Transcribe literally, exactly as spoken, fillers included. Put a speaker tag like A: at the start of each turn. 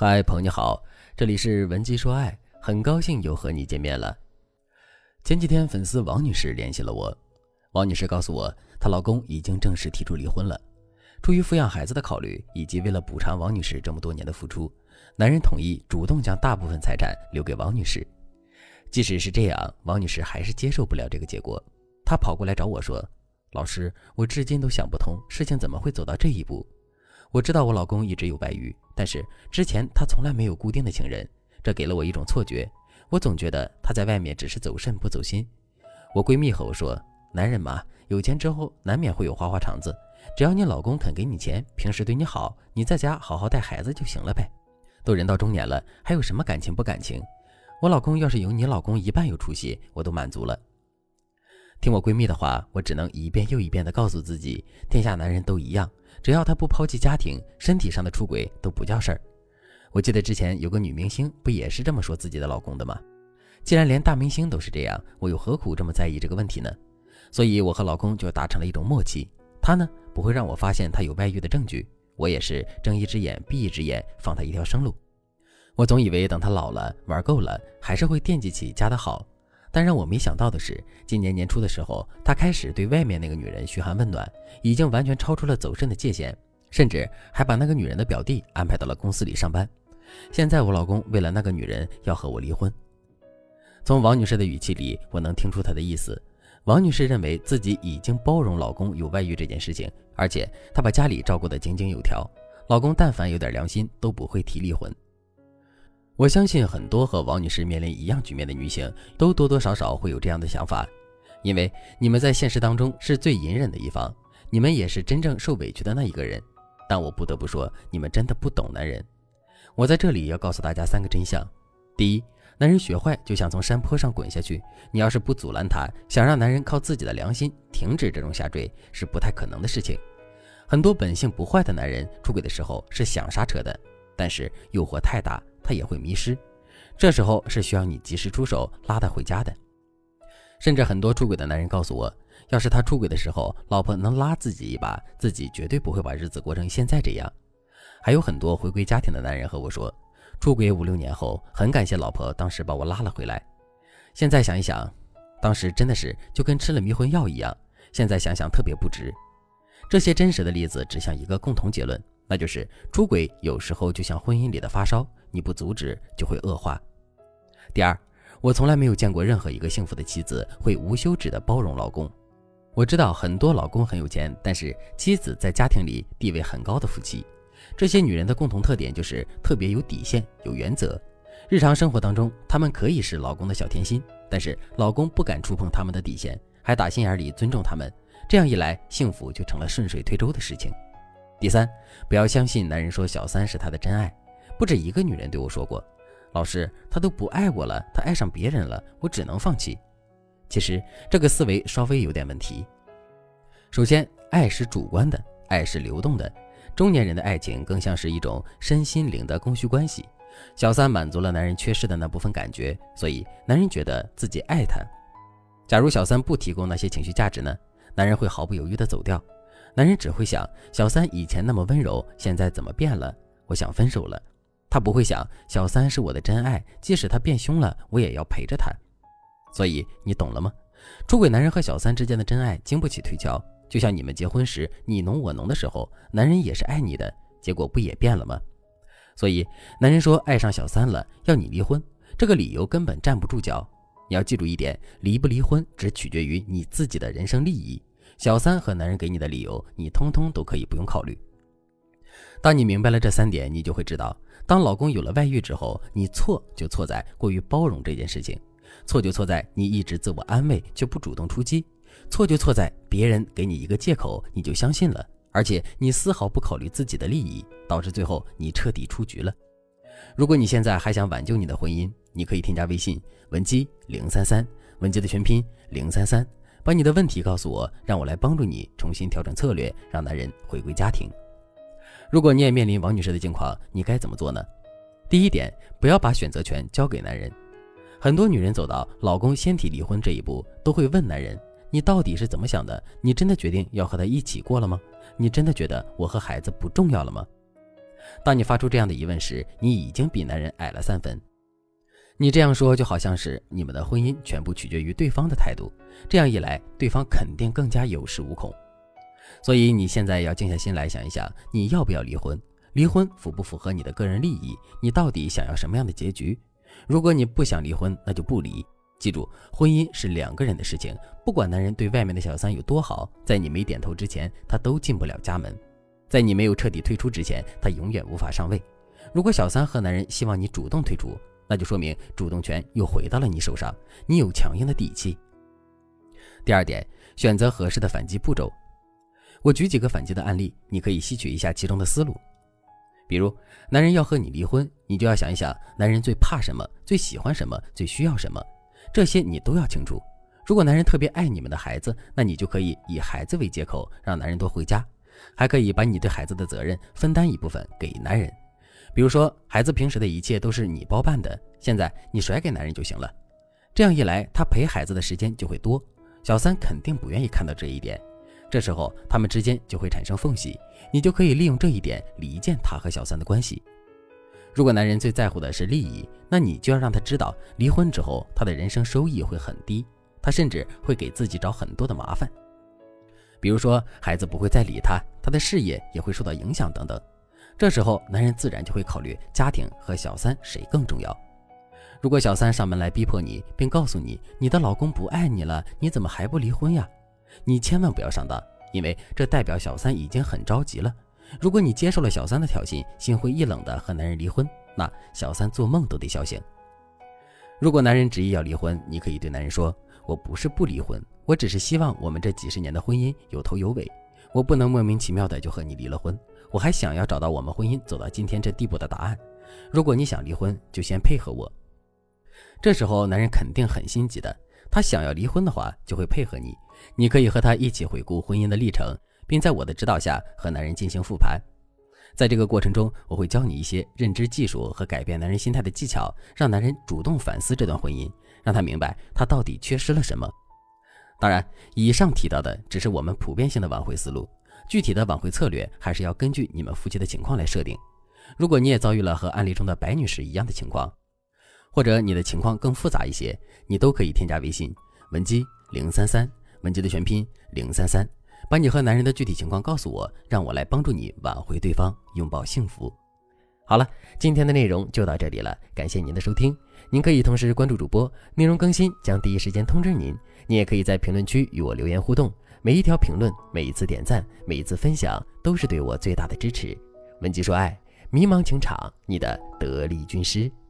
A: 嗨，朋友你好，这里是文姬说爱，很高兴又和你见面了。前几天粉丝王女士联系了我，王女士告诉我，她老公已经正式提出离婚了。出于抚养孩子的考虑，以及为了补偿王女士这么多年的付出，男人同意主动将大部分财产留给王女士。即使是这样，王女士还是接受不了这个结果，她跑过来找我说，老师，我至今都想不通事情怎么会走到这一步。我知道我老公一直有外遇，但是之前他从来没有固定的情人，这给了我一种错觉，我总觉得他在外面只是走肾不走心。我闺蜜和我说，男人嘛，有钱之后难免会有花花肠子，只要你老公肯给你钱，平时对你好，你在家好好带孩子就行了呗。都人到中年了，还有什么感情不感情？我老公要是有你老公一半有出息，我都满足了。听我闺蜜的话，我只能一遍又一遍地告诉自己，天下男人都一样，只要他不抛弃家庭，身体上的出轨都不叫事儿。我记得之前有个女明星不也是这么说自己的老公的吗？既然连大明星都是这样，我又何苦这么在意这个问题呢？所以我和老公就达成了一种默契，他呢不会让我发现他有外遇的证据，我也是睁一只眼闭一只眼，放他一条生路。我总以为等他老了玩够了，还是会惦记起家的好，但让我没想到的是，今年年初的时候，他开始对外面那个女人嘘寒问暖，已经完全超出了走肾的界限，甚至还把那个女人的表弟安排到了公司里上班。现在我老公为了那个女人要和我离婚。从王女士的语气里，我能听出她的意思。王女士认为自己已经包容老公有外遇这件事情，而且她把家里照顾得井井有条，老公但凡有点良心都不会提离婚。我相信很多和王女士面临一样局面的女性都多多少少会有这样的想法，因为你们在现实当中是最隐忍的一方，你们也是真正受委屈的那一个人。但我不得不说，你们真的不懂男人。我在这里要告诉大家三个真相。第一，男人学坏就像从山坡上滚下去，你要是不阻拦他，想让男人靠自己的良心停止这种下坠是不太可能的事情。很多本性不坏的男人出轨的时候是想刹车的，但是诱惑太大，他也会迷失，这时候是需要你及时出手拉他回家的。甚至很多出轨的男人告诉我，要是他出轨的时候老婆能拉自己一把，自己绝对不会把日子过成现在这样。还有很多回归家庭的男人和我说，出轨五六年后很感谢老婆当时把我拉了回来，现在想一想，当时真的是就跟吃了迷魂药一样，现在想想特别不值。这些真实的例子指向一个共同结论，那就是出轨有时候就像婚姻里的发烧，你不阻止就会恶化。第二，我从来没有见过任何一个幸福的妻子会无休止的包容老公。我知道很多老公很有钱，但是妻子在家庭里地位很高的夫妻，这些女人的共同特点就是特别有底线有原则。日常生活当中，她们可以是老公的小甜心，但是老公不敢触碰她们的底线，还打心眼里尊重她们，这样一来幸福就成了顺水推舟的事情。第三，不要相信男人说小三是他的真爱。不止一个女人对我说过，老师，他都不爱我了，他爱上别人了，我只能放弃。其实这个思维稍微有点问题。首先，爱是主观的，爱是流动的，中年人的爱情更像是一种身心灵的供需关系。小三满足了男人缺失的那部分感觉，所以男人觉得自己爱他。假如小三不提供那些情绪价值呢，男人会毫不犹豫地走掉。男人只会想，小三以前那么温柔，现在怎么变了？我想分手了。他不会想，小三是我的真爱，即使他变凶了，我也要陪着他。所以你懂了吗？出轨男人和小三之间的真爱经不起推敲，就像你们结婚时你侬我侬的时候，男人也是爱你的，结果不也变了吗？所以男人说爱上小三了要你离婚，这个理由根本站不住脚。你要记住一点，离不离婚只取决于你自己的人生利益，小三和男人给你的理由你通通都可以不用考虑。当你明白了这三点，你就会知道，当老公有了外遇之后，你错就错在过于包容这件事情，错就错在你一直自我安慰却不主动出击，错就错在别人给你一个借口你就相信了，而且你丝毫不考虑自己的利益，导致最后你彻底出局了。如果你现在还想挽救你的婚姻，你可以添加微信文姬零三三，文姬的全拼零三三，把你的问题告诉我，让我来帮助你重新调整策略，让男人回归家庭。如果你也面临王女士的境况，你该怎么做呢？第一点，不要把选择权交给男人。很多女人走到老公先提离婚这一步，都会问男人，你到底是怎么想的？你真的决定要和他一起过了吗？你真的觉得我和孩子不重要了吗？ 当你发出这样的疑问时，你已经比男人矮了三分。你这样说就好像是你们的婚姻全部取决于对方的态度，这样一来，对方肯定更加有恃无恐。所以你现在要静下心来想一想，你要不要离婚？离婚符不符合你的个人利益？你到底想要什么样的结局？如果你不想离婚，那就不离。记住，婚姻是两个人的事情，不管男人对外面的小三有多好，在你没点头之前，他都进不了家门。在你没有彻底退出之前，他永远无法上位。如果小三和男人希望你主动退出，那就说明主动权又回到了你手上，你有强硬的底气。第二点，选择合适的反击步骤。我举几个反击的案例，你可以吸取一下其中的思路。比如，男人要和你离婚，你就要想一想，男人最怕什么，最喜欢什么，最需要什么，这些你都要清楚。如果男人特别爱你们的孩子，那你就可以以孩子为借口，让男人多回家，还可以把你对孩子的责任分担一部分给男人。比如说，孩子平时的一切都是你包办的，现在你甩给男人就行了。这样一来，他陪孩子的时间就会多，小三肯定不愿意看到这一点，这时候他们之间就会产生缝隙，你就可以利用这一点离间他和小三的关系。如果男人最在乎的是利益，那你就要让他知道，离婚之后他的人生收益会很低，他甚至会给自己找很多的麻烦。比如说，孩子不会再理他，他的事业也会受到影响等等。这时候男人自然就会考虑家庭和小三谁更重要。如果小三上门来逼迫你，并告诉你你的老公不爱你了，你怎么还不离婚呀？你千万不要上当，因为这代表小三已经很着急了。如果你接受了小三的挑衅，心灰意冷的和男人离婚，那小三做梦都得笑醒。如果男人执意要离婚，你可以对男人说，我不是不离婚，我只是希望我们这几十年的婚姻有头有尾，我不能莫名其妙的就和你离了婚，我还想要找到我们婚姻走到今天这地步的答案。如果你想离婚，就先配合我。这时候男人肯定很心急的，他想要离婚的话就会配合你，你可以和他一起回顾婚姻的历程，并在我的指导下和男人进行复盘。在这个过程中，我会教你一些认知技术和改变男人心态的技巧，让男人主动反思这段婚姻，让他明白他到底缺失了什么。当然，以上提到的只是我们普遍性的挽回思路，具体的挽回策略还是要根据你们夫妻的情况来设定。如果你也遭遇了和案例中的白女士一样的情况，或者你的情况更复杂一些，你都可以添加微信文姬零三三，文姬的全拼零三三，把你和男人的具体情况告诉我，让我来帮助你挽回对方，拥抱幸福。好了，今天的内容就到这里了，感谢您的收听。您可以同时关注主播，内容更新将第一时间通知您。你也可以在评论区与我留言互动，每一条评论，每一次点赞，每一次分享，都是对我最大的支持。文姬说爱，迷茫情场，你的得力军师。